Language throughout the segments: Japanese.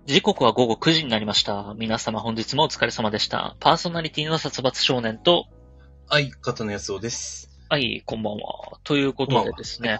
時刻は午後9時になりました。皆様本日もお疲れ様でした。パーソナリティの殺伐少年と、 相方の安尾です。 はい、こんばんは。ということこんばんは。 でですね、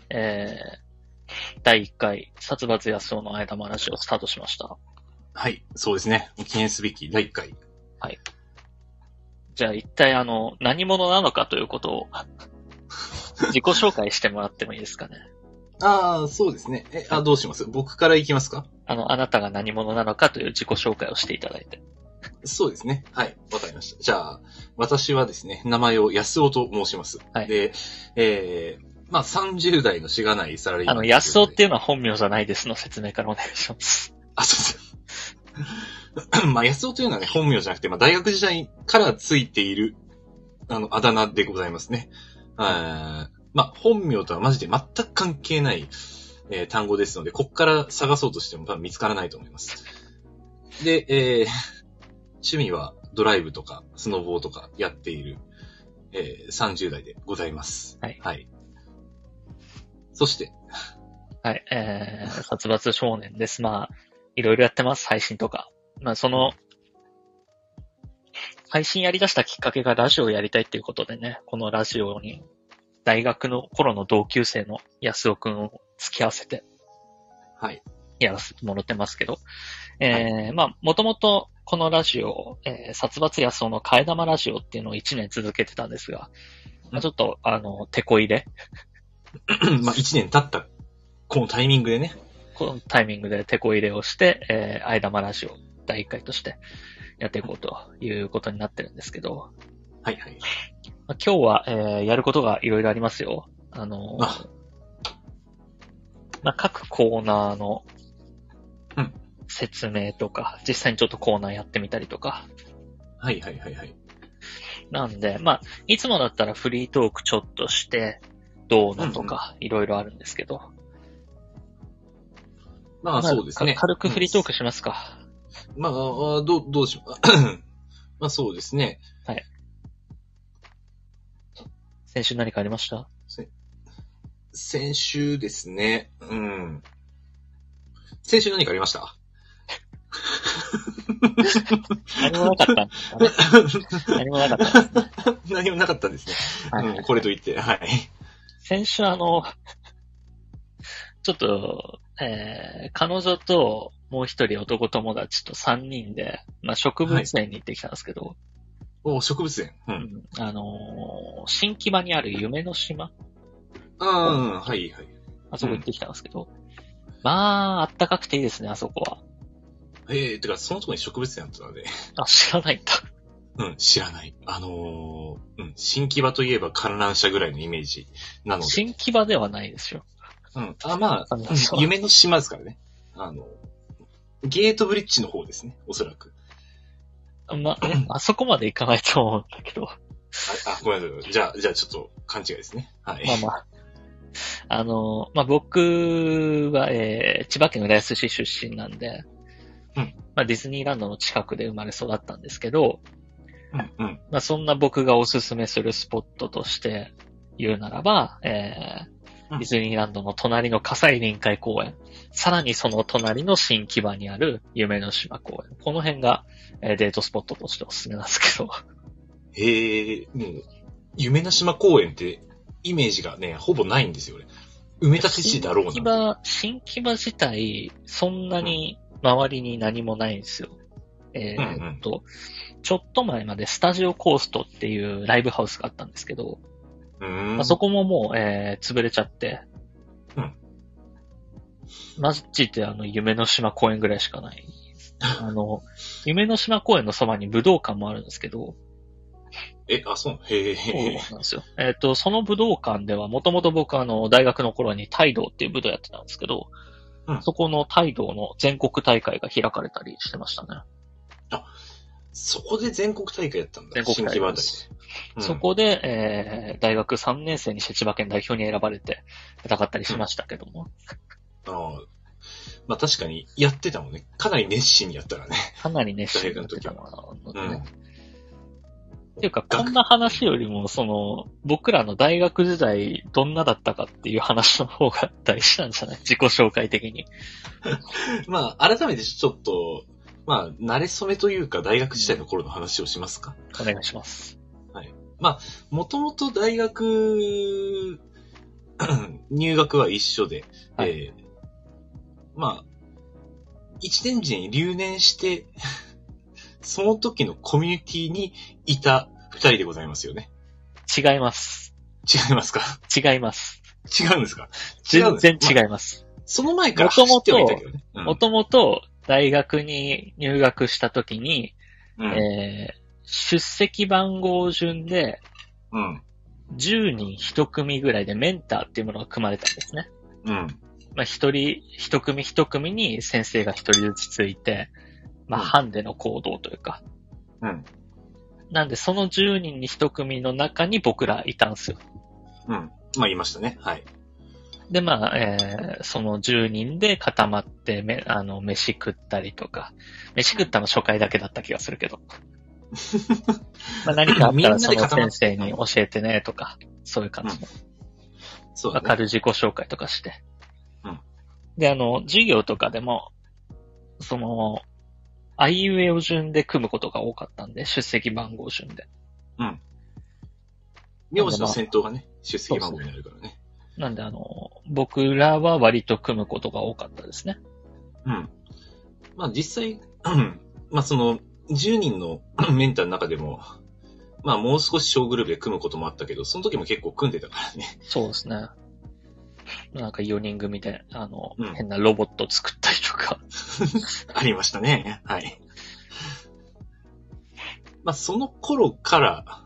第1回、殺伐安尾の間話をスタートしました。 はい、そうですね。記念すべき第1回。 はい。じゃあ一体何者なのかということを、自己紹介してもらってもいいですかね。 そうですね。どうします？僕から行きますか？ あなたが何者なのかという自己紹介をしていただいて。 そうですね。はい、わかりました。じゃあ、私はですね、名前を安尾と申します。 はい。 で、30代のしがないサラリーマン。 安尾っていうのは本名じゃないですの説明からお願いします。 そうです。安尾というのはね、本名じゃなくて、大学時代からついている、あだ名でございますね。本名とはマジで全く関係ない、単語ですので、こっから探そうとしても多分見つからないと思います。で、趣味はドライブとかスノボーとかやっている、30代でございます。 はい。 はい。そして。 はい、殺伐少年です。いろいろやってます、配信とか。配信やり出したきっかけがラジオをやりたいっていうことでね、このラジオに大学の頃の同級生の安尾くんを付き合わせて、 はい。 やらせてもらってますけど、もともとこのラジオ、殺伐安尾の替え玉ラジオっていうのを1年続けてたんですが、ちょっと、手こ入れ。 1年経った、このタイミングでね。 このタイミングで手こ入れをして、替え玉ラジオ第1回としてやっていこうということになってるんですけど。 はいはい。 今日は、やることがいろいろありますよ。各コーナーの説明とか、実際にちょっとコーナーやってみたりとか。 はいはいはいはい。 なんで、いつもだったらフリートークちょっとして、どうのとか、いろいろあるんですけど。 そうですね。 軽くフリートークしますか。 どうしよう。そうですね。 はい。先週何かありました？ 先週ですね。先週何かありました？ 何もなかったんですかね。何もなかったんですね。 何もなかったんですね。はい、これといって、はい。 先週ちょっと、彼女ともう一人男友達と3人で、植物園に行ってきたんですけど。 植物園。 新木場にある夢の島。 はいはい。 あそこ行ってきたんですけど。あったかくていいですね、あそこは。 てか、そのとこに植物園あったので。 知らないんだ。知らない。新木場といえば観覧車ぐらいのイメージなので。 新木場ではないですよ。 夢の島ですからね。ゲートブリッジの方ですね、おそらく。 あそこまで行かないと思うんだけど。 ごめんなさい。じゃあちょっと勘違いですね。はい。 僕は、千葉県浦安市出身なんで、ディズニーランドの近くで生まれ育ったんですけど、そんな僕がおすすめするスポットとして言うならば、ディズニーランドの隣の葛西臨海公園、さらにその隣の新木場にある夢の島公園。この辺が、デートスポットとしておすすめなんですけど。 もう、夢の島公園ってイメージがね、ほぼないんですよね。埋め立て地だろうな。 新木場自体、そんなに周りに何もないんですよ。ちょっと前までスタジオコーストっていうライブハウスがあったんですけど、そこももう、潰れちゃって、マジで夢の島公園ぐらいしかない。夢の島公園のそばに武道館もあるんですけど、 そうなんですよ。その武道館では、もともと僕大学の頃にタイドーっていう武道やってたんですけど、そこのタイドーの全国大会が開かれたりしてましたね。 そこで全国大会やったんだ。 全国大会です。そこで、大学3年生にして千葉県代表に選ばれて戦ったりしましたけども。 確かにやってたもんね。かなり熱心にやったらね。 かなり熱心にやってたのでね。 っていうか、こんな話よりも、僕らの大学時代どんなだったかっていう話の方が大事なんじゃない？自己紹介的に。 まあ、改めてちょっと、まあ、慣れ初めというか、大学時代の頃の話をしますか。 お願いします。 はい。まあ、もともと大学、入学は一緒で、はい、まあ、一年時に留年して、その時のコミュニティにいた二人でございますよね。 違います。 違いますか？ 違います。 違うんですか？ 全然違います。 まあ、その前から走ってはいたけどね。 もともと大学に入学した時に、出席番号順で、10人1組ぐらいでメンターっていうものが組まれたんですね。まあ一組一組に先生が一人ずつついて、まあハンデの行動というか。なんでその10人に一組の中に僕らいたんですよ。 まあいましたね。はい。 でまあ、その10人で固まって飯食ったりとか。飯食ったの初回だけだった気がするけど。まあ何かあったらその先生に教えてねとか、そういう感じの。そうだね。軽自己紹介とかして。で、授業とかでも、あいうえお順で組むことが多かったんで、出席番号順で。 名字の先頭がね、出席番号になるからね。 なんで僕らは割と組むことが多かったですね。 まあ実際、まあ10人のメンターの中でも、まあもう少し小グループで組むこともあったけど、その時も結構組んでたからね。 そうですね。なんか4人組で、変なロボット作ったりとか。 ありましたね。はい。まあその頃から、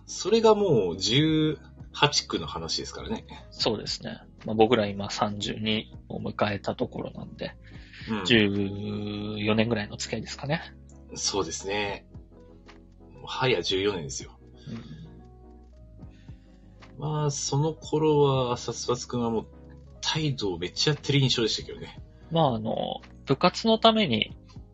それがもう18区の話ですからね。 そうですね。まあ僕ら今32を迎えたところなんで、14年ぐらいの付き合いですかね。 そうですね。早14年ですよ。まあ、その頃は、さすわつくんはもう、態度をめっちゃやってる印象でしたけどね。 まあ部活のために、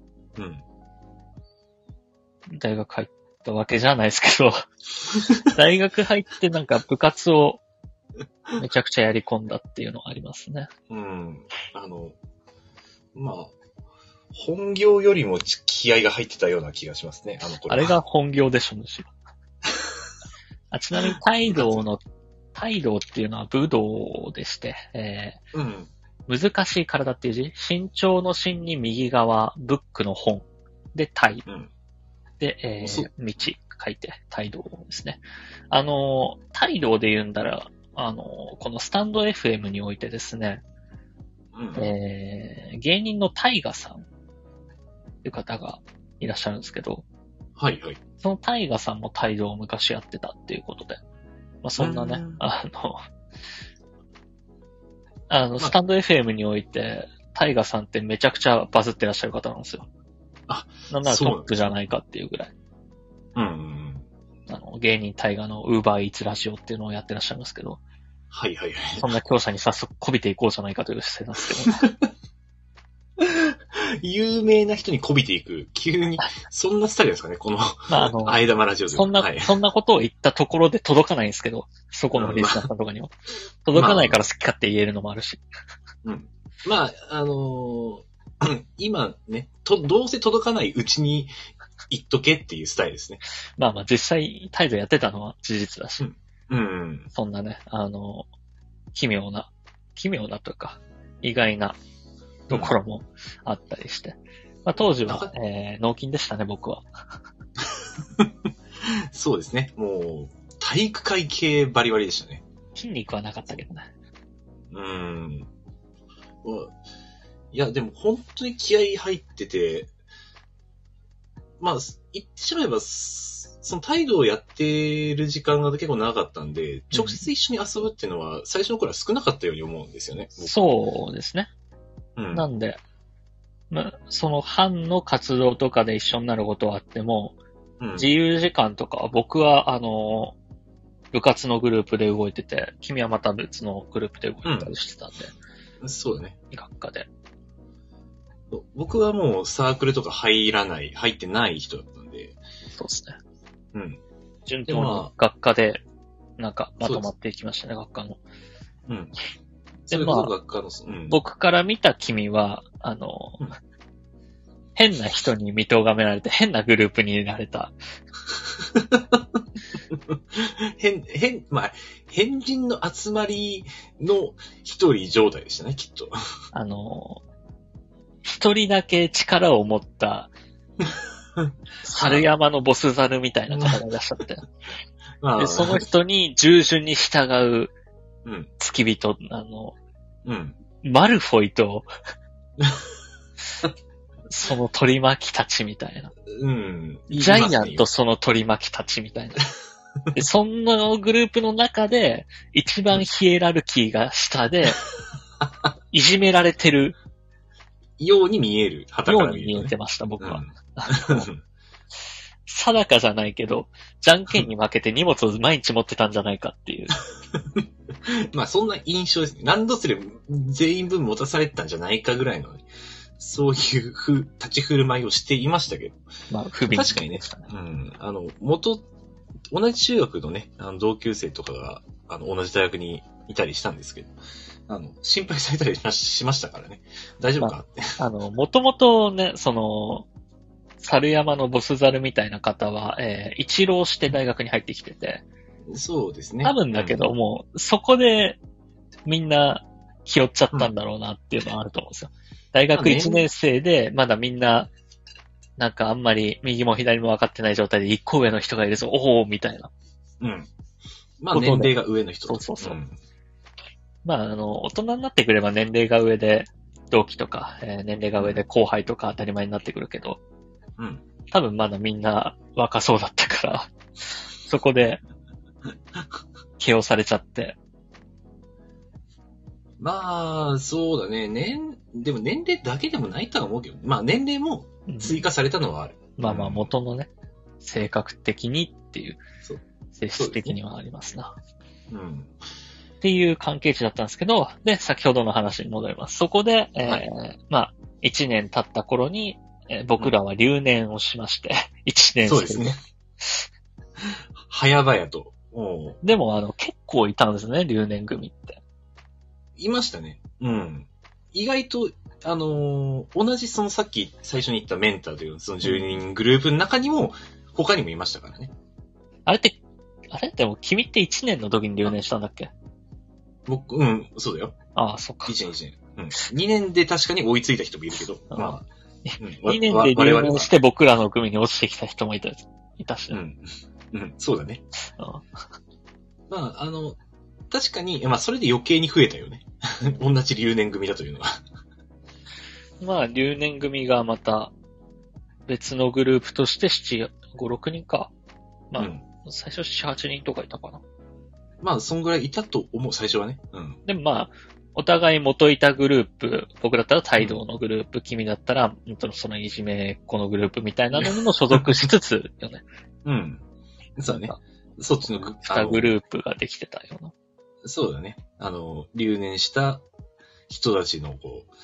大学入ったわけじゃないですけど、大学入ってなんか部活をめちゃくちゃやり込んだっていうのはありますね。 まあ、本業よりも気合が入ってたような気がしますね、頃。 あれが本業でしょ、むしろ。ちなみに態度っていうのは武道でして、難しい体っていう字、身長の身に右側、ブックの本で態、で、道書いて態度ですね。態度で言うんだら、このスタンド FM においてですね、芸人のタイガさんっていう方がいらっしゃるんですけど、 はいはい。 そのタイガさんも態度を昔やってたっていうことで、まあそんなね、スタンド FM において、タイガさんってめちゃくちゃバズってらっしゃる方なんですよ。なんならトップじゃないかっていうぐらい。芸人タイガのウーバーイーツラジオっていうのをやってらっしゃるんですけど、 はいはいはい。 そんな強者に早速こびていこうじゃないかという姿勢なんですけど。 有名な人にこびていく、急に、そんなスタイルですかね、この、あえ玉ラジオで。 そんなことを言ったところで届かないんですけど、そこのリスナーさんとかにも。届かないから好き勝手言えるのもあるし。 まあ、今ね、どうせ届かないうちに言っとけっていうスタイルですね。 まあ実際態度やってたのは事実だし。そんなね、奇妙なというか、意外なところもあったりして。まあ当時は、脳筋でしたね、僕は。 そうですね。もう、体育会系バリバリでしたね。 筋肉はなかったけどね。 いや、でも本当に気合入ってて、まあ、言ってしまえば、その態度をやってる時間が結構長かったんで、直接一緒に遊ぶっていうのは最初の頃は少なかったように思うんですよね。 そうですね。なんで、その班の活動とかで一緒になることはあっても、自由時間とかは僕は部活のグループで動いてて、君はまた別のグループで動いてたりしてたんで。 そうだね。 学科で。 僕はもうサークルとか入ってない人だったんで。 そうですね。 順当に学科で、なんかまとまっていきましたね、学科の。 うん。 で、まあ、 学科の、うん、 僕から見た君は、変な人に見とがめられて、変なグループに入れられた。 まあ、変人の集まりの一人状態でしたね、きっと。 一人だけ力を持った、猿山のボス猿みたいな方がいらっしゃって。で、その人に従順に従う、付き人、マルフォイと、その取り巻きたちみたいな。ジャイアンとその取り巻きたちみたいな。で、そのグループの中で、一番ヒエラルキーが下で、いじめられてる。 ように見える。 ように見えてました、僕は。定かじゃないけど、じゃんけんに負けて荷物を毎日持ってたんじゃないかっていう。 まあ、そんな印象ですね。何度すれば全員分持たされてたんじゃないかぐらいの、そういう立ち振る舞いをしていましたけど。 まあ、不憫確かにね。同じ中学のね、同級生とかが、同じ大学にいたりしたんですけど、心配されたりしましたからね。大丈夫かって。 もともとね、猿山のボス猿みたいな方は、一浪して大学に入ってきてて。 そうですね。 多分だけども、そこでみんな拾っちゃったんだろうなっていうのはあると思うんですよ。大学1年生で、まだみんな、なんかあんまり右も左も分かってない状態で一個上の人がいるぞ、おおみたいな。 まあ年齢が上の人。 そう。まあ大人になってくれば年齢が上で同期とか、年齢が上で後輩とか当たり前になってくるけど、多分まだみんな若そうだったから、そこで、起用されちゃって。 まあ、そうだね。でも年齢だけでもないとは思うけど、まあ年齢も追加されたのはある。 まあ元のね、性格的にっていう、性質的にはありますな。っていう関係値だったんですけど、で、先ほどの話に戻ります。そこで、まあ、1年経った頃に、僕らは留年をしまして、1年生。 そうですね。早々と。 でも、結構いたんですね、留年組って。 いましたね。意外と、同じさっき最初に言ったメンターという、その10人グループの中にも、他にもいましたからね。 あれでも君って1年の時に留年したんだっけ？ 僕、そうだよ。 ああ、そっか。 1年。2年で確かに追いついた人もいるけど、まあ。 2年で留年して僕らの組に落ちてきた人もいたし。 そうだね。まあ、確かに、まあ、それで余計に増えたよね。同じ留年組だというのは。 まあ、留年組がまた、別のグループとして5、6人か。まあ、最初7、8人とかいたかな。 まあ、そんぐらいいたと思う、最初はね。 でもまあ、お互い元いたグループ、僕だったら帯同のグループ、君だったら、そのいじめっ子のグループみたいなのにも所属しつつよね。 そうだね。そっちの 2グループができてたような。 そうだね。留年した人たちの、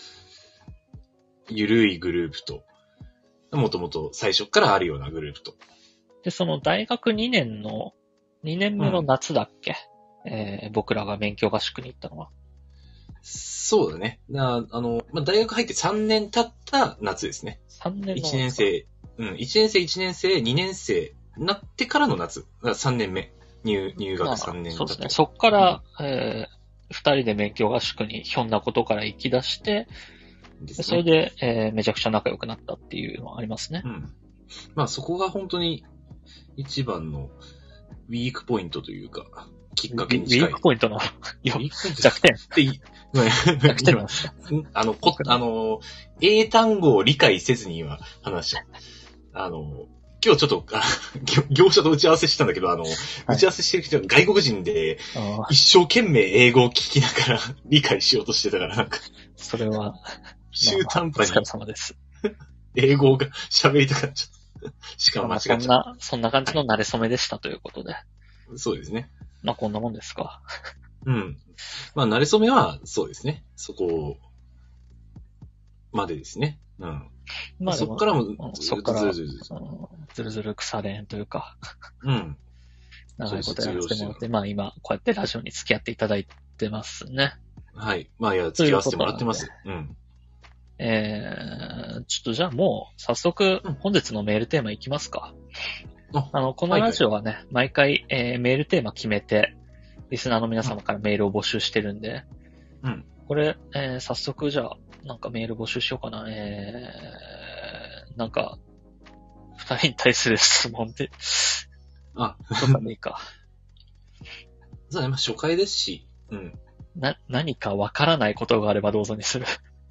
ゆるいグループと、もともと最初からあるようなグループと。 で、その大学2年目の夏だっけ、僕らが勉強合宿に行ったのは。 そうだね。まあ、大学入って3年経った夏ですね。 3年の夏。 1年生、1年生、2年生なってからの夏。3年目。入学3年経った。 そうですね。そっから、2人で勉強合宿にひょんなことから行き出して、それで、めちゃくちゃ仲良くなったっていうのはありますね。 まあそこが本当に一番のウィークポイントというか、きっかけに近い。 ウィークポイントの弱点って弱点なんですか？ 英単語を理解せずに今話しちゃう。今日ちょっと、業者と打ち合わせしたんだけど、打ち合わせしてる人が外国人で、一生懸命英語を聞きながら理解しようとしてたから、なんか。 それは、 中途半端に。 お疲れ様です。 英語が喋りたくなっちゃった。しかも間違っちゃった。 そんな感じの慣れ初めでしたということで。 そうですね。 まあこんなもんですか。 まあ慣れ初めは、そうですね。そこまでですね。まあそっからも、 ずるずる腐れんというか。 長いことやらせてもらって、まあ今、こうやってラジオに付き合っていただいてますね。 はい。まあいや、付き合わせてもらってます。うん。 ちょっとじゃあもう、早速、本日のメールテーマいきますか。このラジオはね、毎回、メールテーマ決めて、リスナーの皆様からメールを募集してるんで、 うん。 これ、早速じゃあ、なんかメール募集しようかな。なんか、二人に対する質問で、とかでいいか。 そうね、まあ初回ですし、うん。 何かわからないことがあればどうぞにする。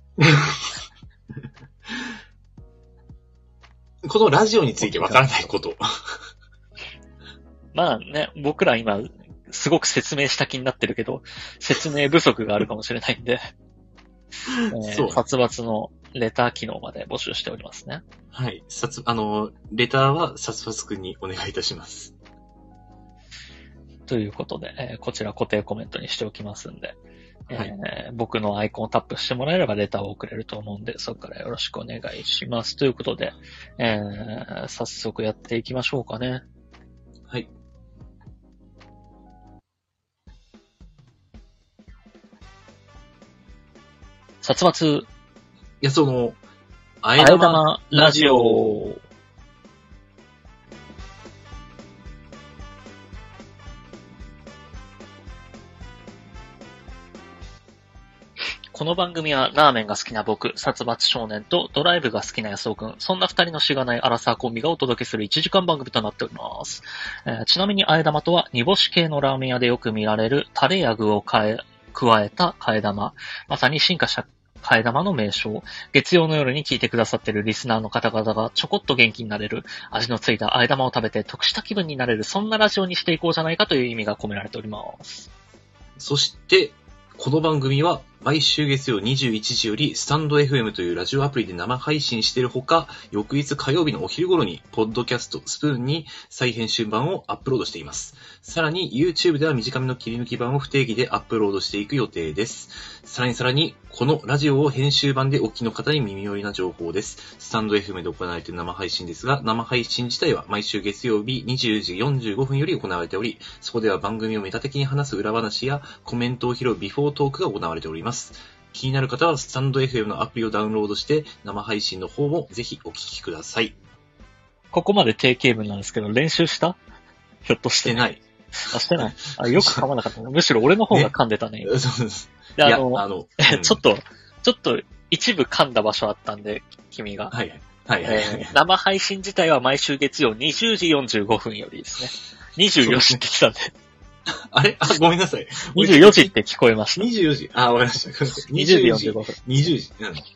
このラジオについてわからないこと。 まあね、僕ら今、すごく説明した気になってるけど、説明不足があるかもしれないんで、殺伐のレター機能まで募集しておりますね。 はい。レターは殺伐くんにお願いいたします。 ということで、こちら固定コメントにしておきますんで、僕のアイコンをタップしてもらえればレターを送れると思うんで、そこからよろしくお願いします。ということで、早速やっていきましょうかね。 はい。 殺伐。 その、 あえ玉ラジオ。この番組はラーメンが好きな僕、殺伐少年とドライブが好きな安尾くん、そんな二人のしがないアラサーコンビがお届けする1時間番組となっております。ちなみにあえ玉とは煮干し系のラーメン屋でよく見られるタレや具を加えた替え玉。まさに進化した替え玉の名称。月曜の夜に聞いてくださっているリスナーの方々がちょこっと元気になれる、味のついた替え玉を食べて得した気分になれる、そんなラジオにしていこうじゃないかという意味が込められております。 そして、この番組は毎週月曜21時よりスタンド FM というラジオアプリで生配信しているほか、翌日火曜日のお昼頃にポッドキャストスプーンに再編集版をアップロードしています。さらに YouTube では短めの切り抜き版を不定期でアップロードしていく予定です。さらに、このラジオを編集版でお聞きの方に耳寄りな情報です。スタンド FM で行われている生配信ですが、生配信自体は毎週月曜日20時45分より行われており、そこでは番組をメタ的に話す裏話やコメントを拾うビフォートークが行われております。気になる方はスタンド FM のアプリをダウンロードして生配信の方もぜひお聞きください。 ここまで定型文なんですけど、練習したひょっとして。 してない。 してない。よく噛まなかった。むしろ俺の方が噛んでたね。 そうです。 で、ちょっと一部噛んだ場所あったんで、君が。 はい。 生配信自体は毎週月曜20時45分よりですね。24時って来たんで。 あれごめんなさい。 24時って聞こえました。 24時。わかりました。 20時45分。 20時。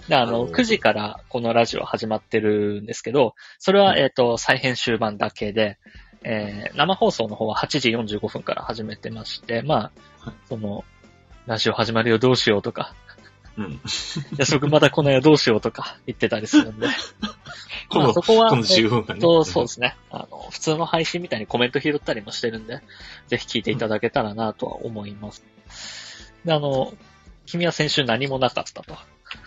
9時からこのラジオ始まってるんですけど、それは、再編集版だけで、生放送の方は8時45分から始めてまして、まあ、ラジオ始まるよどうしようとか、安尾くんまだ来ないよどうしようとか言ってたりするんで。まあそこは、 この15分間ね。 そうですね。普通の配信みたいにコメント拾ったりもしてるんで、ぜひ聞いていただけたらなとは思います。で、君は先週何もなかったと。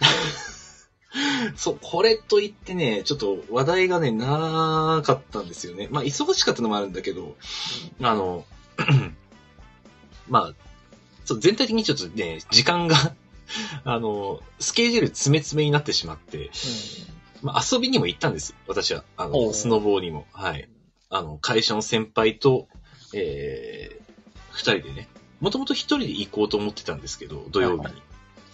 そう、これといってね、ちょっと話題がね、なかったんですよね。まあ、忙しかったのもあるんだけど、まあ、全体的にちょっとね、時間がスケジュール詰め詰めになってしまって、まあ、遊びにも行ったんです。私は。スノボーにも。はい。会社の先輩と、二人でね、もともと一人で行こうと思ってたんですけど、土曜日に。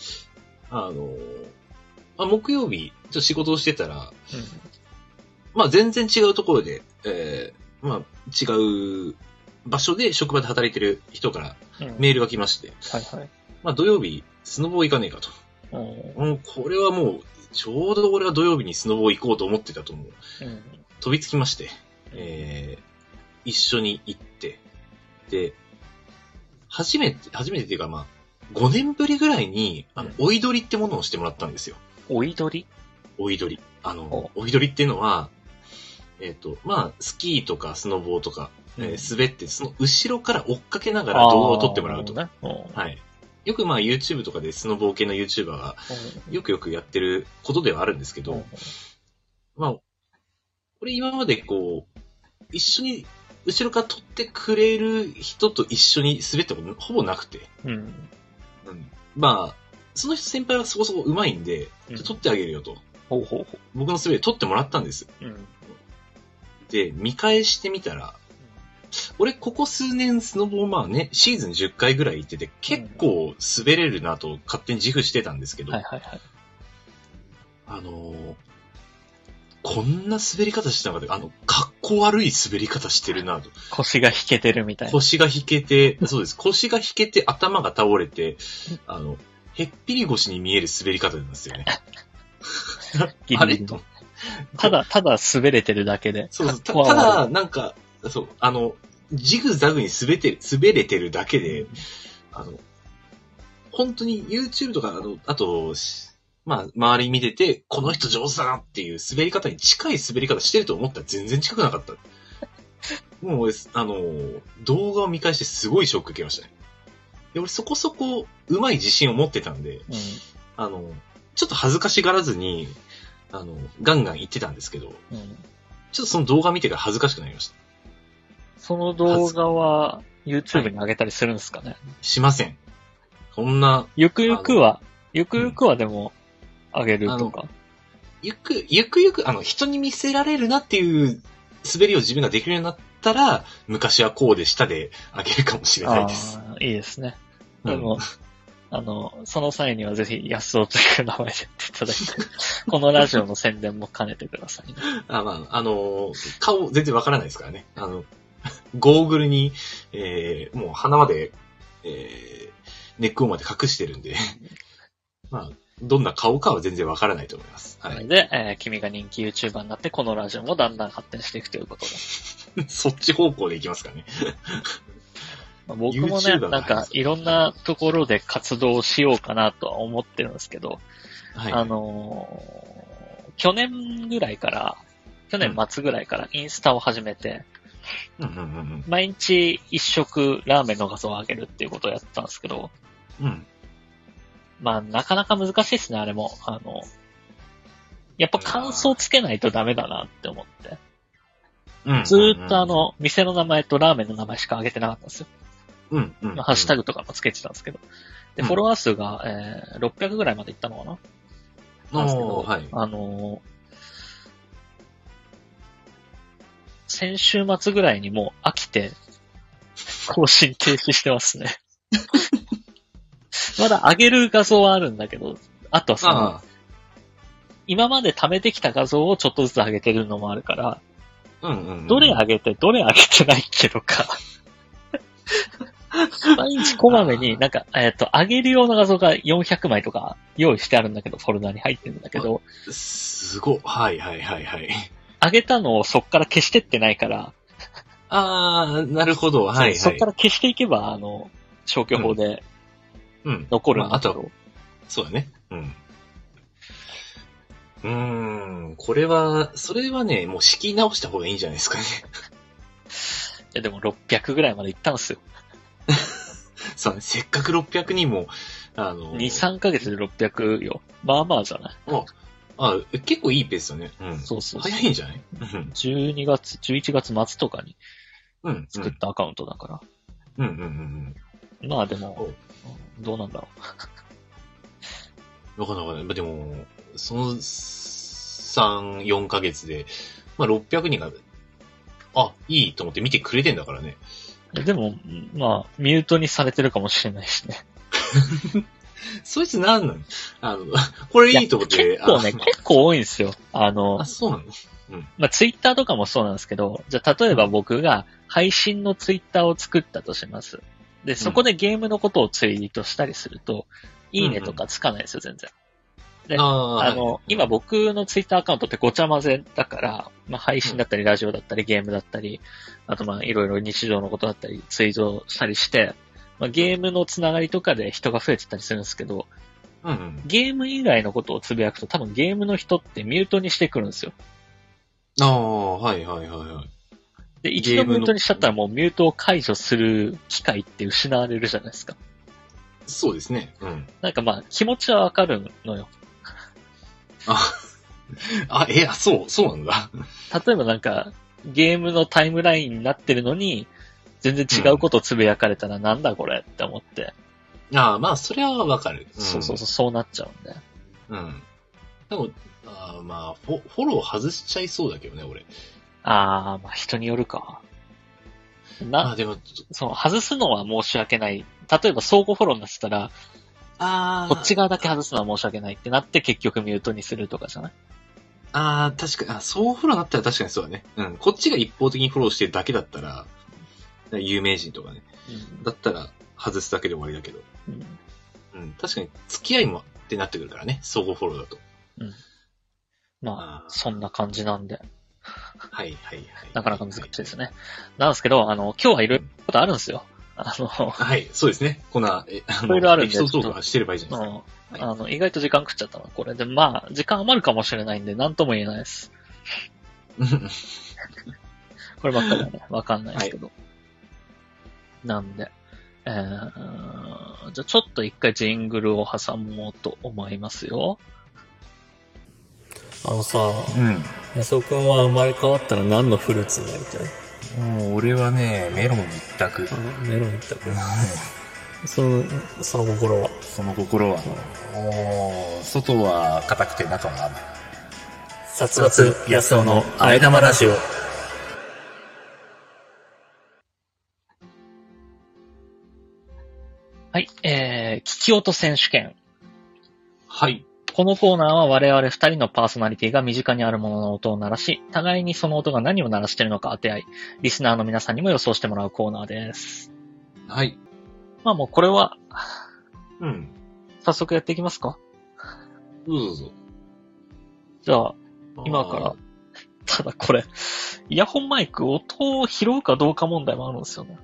木曜日、ちょっと仕事をしてたら、まあ全然違うところで、まあ違う場所で職場で働いてる人からメールが来まして、まあ土曜日スノボー行かねえかと。これはもう、ちょうど俺は土曜日にスノボー行こうと思ってたと思う。飛びつきまして、一緒に行って、で、初めてっていうかまあ、5年ぶりぐらいに、追い取りってものをしてもらったんですよ。 追い取り？ 追い取り。追い取りっていうのは、まあ、スキーとかスノボーとか、滑って、その後ろから追っかけながら動画を撮ってもらうと。はい。よくまあ YouTube とかでスノボー系の YouTuber がよくやってることではあるんですけど、まあ、これ今までこう、一緒に後ろから撮ってくれる人と一緒に滑ったことほぼなくて。 うん。 うん。まあ、その先輩はそこそこ上手いんで、撮ってあげるよと。 ほうほうほう。 僕の滑り撮ってもらったんです。 うん。 で、見返してみたら、俺ここ数年スノボーまあね、シーズン10回ぐらい行ってて、結構滑れるなと勝手に自負してたんですけど、 はいはいはい。 こんな滑り方してなかった。かっこ悪い滑り方してるなと。 腰が引けてるみたいな。 腰が引けて、そうです。腰が引けて頭が倒れて、へっぴり腰に見える滑り方なんですよね。あれと。 ただ滑れてるだけで。 そうそう。ただ、なんか、そう、ジグザグに滑れてるだけで、本当に YouTube とか、あと、まあ、周り見てて、この人上手だなっていう滑り方に近い滑り方してると思ったら全然近くなかった。もう、動画を見返してすごいショック受けましたね。で、俺そこそこ上手い自信を持ってたんで、ちょっと恥ずかしがらずに、ガンガン言ってたんですけど、ちょっとその動画見てから恥ずかしくなりました。 その動画は YouTube に上げたりするんですかね、はい、 しません。そんな。 ゆくゆくはでも、上げるとか。 ゆくゆく、人に見せられるなっていう滑りを自分ができるようになったら、昔はこうでしたで上げるかもしれないです。 いいですね。でも、その際にはぜひ、安尾という名前でやっていただいて、このラジオの宣伝も兼ねてくださいね。 顔全然わからないですからね。ゴーグルに、もう鼻まで、ネックオンまで隠してるんで、まあ、どんな顔かは全然わからないと思います。はい。 で、君が人気 YouTuber になって、このラジオもだんだん発展していくということで。 そっち方向でいきますかね。 僕もね、なんか、いろんなところで活動しようかなとは思ってるんですけど、はい、去年末ぐらいからインスタを始めて、毎日一食ラーメンの画像を上げるっていうことをやってたんですけど、まあ、なかなか難しいですね、あれも。やっぱ感想つけないとダメだなって思って。ずーっと店の名前とラーメンの名前しか上げてなかったんですよ。ハッシュタグとかもつけてたんですけど。で、フォロワー数が、600ぐらいまでいったのかななんですけど、はい、先週末ぐらいにもう飽きて、更新停止してますね。まだ上げる画像はあるんだけど、あとは今まで貯めてきた画像をちょっとずつ上げてるのもあるから、どれ上げてないっていうのか。毎日こまめになんか、上げる用の画像が400枚とか用意してあるんだけど、フォルダに入ってるんだけど。 すごい。はい。 上げたのをそっから消してってないから。 なるほど。はい。 そっから消していけば、消去法で、残るんだけど、 まあ、そうだね。それはね、もう仕切り直した方がいいんじゃないですかね。 いや、でも600ぐらいまで行ったんですよ。 そうね、せっかく600人も、 2、3ヶ月で600よ。まあまあじゃない。 結構いいペースだね。 そう。 早いんじゃない 11月末とかに作ったアカウントだから。まあでも、どうなんだろう。わかんない。でも、その3、4ヶ月で、まあ600人が、いいと思って見てくれてんだからね。 でも、まあ、ミュートにされてるかもしれないしね。 そいつ何なのこれいいと思って。 結構多いんですよ。 そうなのまあ、ツイッターとかもそうなんですけど、じゃあ例えば僕が配信のツイッターを作ったとします。で、そこでゲームのことをツイートしたりすると、いいねとかつかないですよ、全然。で、今僕のツイッターアカウントってごちゃ混ぜだから、まあ配信だったりラジオだったりゲームだったり、あとまあいろいろ日常のことだったりツイートしたりして、まあゲームのつながりとかで人が増えてたりするんですけど、ゲーム以外のことをつぶやくと多分ゲームの人ってミュートにしてくるんですよ。 はい。 で、一度ミュートにしちゃったらもうミュートを解除する機会って失われるじゃないですか。 そうですね。 なんかまあ気持ちはわかるのよ。 そうなんだ。 例えばなんか、 ゲームのタイムラインになってるのに、全然違うことをつぶやかれたらなんだこれって思って。 ああ、まあ、それはわかる。 そうなっちゃうんで。 うん。でも、まあフォロー外しちゃいそうだけどね、俺。 まあ人によるか。 でも、 外すのは申し訳ない。例えば相互フォローになってたら、こっち側だけ外すのは申し訳ないってなって結局ミュートにするとかじゃない？ 確かに、そうフォローになったら確かにそうだね。うん。こっちが一方的にフォローしてるだけだったら、有名人とかね。だったら、外すだけで終わりだけど。確かに、付き合いもってなってくるからね。相互フォローだと。 まあ、そんな感じなんで。 はい。 なかなか難しいですね。なんですけど、今日はいろいろことあるんですよ。 はい、そうですね。こんな、 いろいろあるんで。 エピソードトークしてる場合じゃないですか。 意外と時間食っちゃったな、これで。まあ、時間余るかもしれないんで、なんとも言えないです。こればっかりはね、わかんないですけど。なんで、じゃあちょっと一回ジングルを挟もうと思いますよ。安尾くんは生まれ変わったら何のフルーツになりたい？ もう俺はね、メロン一択。 メロン一択。その心は？ その心は、外は硬くて中は甘い。 殺伐安尾のあえ玉ラジオ。はい、聞き音選手権。 はい。 このコーナーは我々二人のパーソナリティが身近にあるものの音を鳴らし、互いにその音が何を鳴らしているのか当て合い、リスナーの皆さんにも予想してもらうコーナーです。 はい。 まあもうこれは、早早速やっていきますか？ どうぞ。 じゃあ、今から、ただこれ、イヤホンマイク音を拾うかどうか問題もあるんですよね。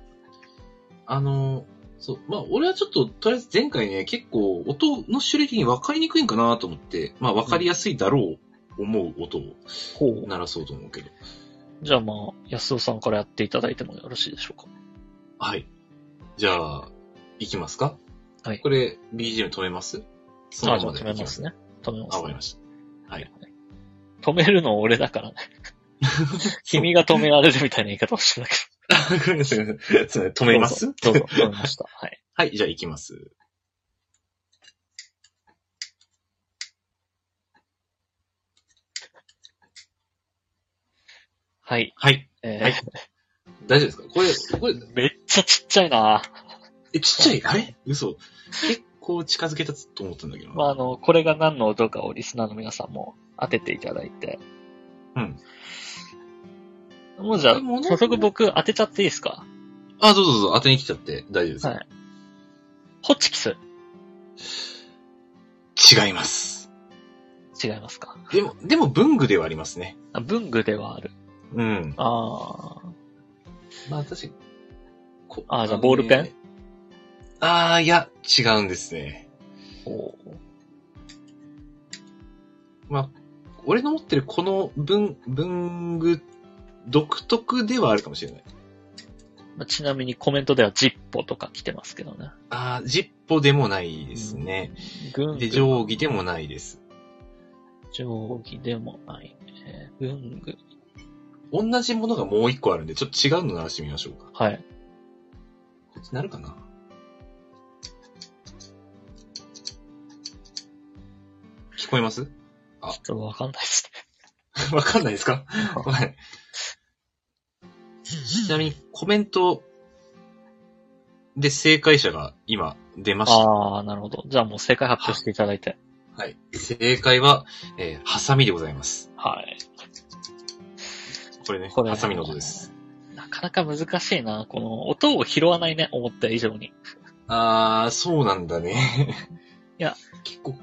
そう。まあ、俺はちょっと、とりあえず前回ね、結構、音の種類的に分かりにくいんかなと思って、まあ、分かりやすいだろう、思う音を、鳴らそうと思うけど。 じゃあまあ、安尾さんからやっていただいてもよろしいでしょうか。 はい。じゃあ、行きますか？はい。これ、BGM 止めます？ そのままで止めますね。止めます、ね。 わかりました。はい。 止めるの俺だからね。君が止められるみたいな言い方をしてたけど。 ごめんなさい。止めます？ どうぞ、止めました。はい。 はい、じゃあ行きます。 はい。 はい。はい。大丈夫ですか？これ。 めっちゃちっちゃいな。 ちっちゃい？あれ？嘘。結構近づけたと思ったんだけど。 まあ、これが何の音かをリスナーの皆さんも当てていただいて。もうじゃあ、早速僕当てちゃっていいですか？ どうぞ当てに来ちゃって大丈夫です。はい。 ホチキス。 違います。 違いますか？ でも文具ではありますね。 文具ではある。 まあ確かに。 じゃあボールペン？ いや、違うんですね。まあ、俺の持ってるこの文具独特ではあるかもしれない。 ちなみにコメントではジッポとか来てますけどね。 ジッポでもないですね。で、定規でもないです。 定規でもない。文具。 同じものがもう一個あるんで、ちょっと違うの鳴らしてみましょうか。 はい。 こっちなるかな？聞こえます？ ちょっとわかんないですね。わかんないですか？はい。ちなみにコメントで正解者が今出ました。 なるほど。じゃあもう正解発表していただいて。 はい。正解は、ハサミでございます。 はい。 これね、ハサミの音です。 なかなか難しいな。この音を拾わないね、思った以上に。 そうなんだね。 いや、 結構、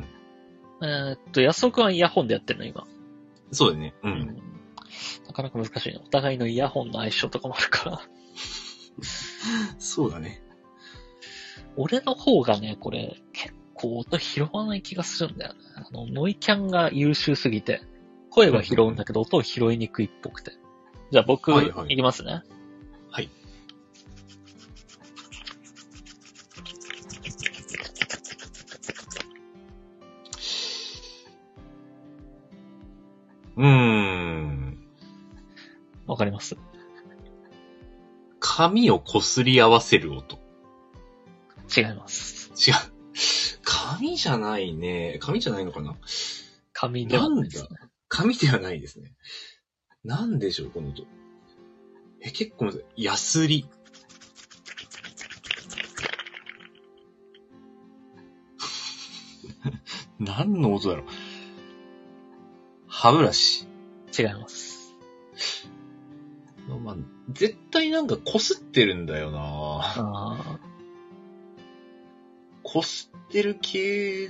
安尾くんはイヤホンでやってるの、今。 そうだね。 なかなか難しいな。お互いのイヤホンの相性とかもあるから。 そうだね。 俺の方がね、これ、結構音拾わない気がするんだよね。ノイキャンが優秀すぎて、声は拾うんだけど、音を拾いにくいっぽくて。じゃあ僕、いきますね。 はい。 わかります。 髪をこすり合わせる音。 違います。 違う。髪じゃないね。髪じゃないのかな。 髪ではないですね。 髪ではないですね。なんでしょう、この音。結構、ヤスリ。何の音だろう。歯ブラシ。 違います。 まあ、絶対なんか擦ってるんだよな。 あ、 擦ってる系、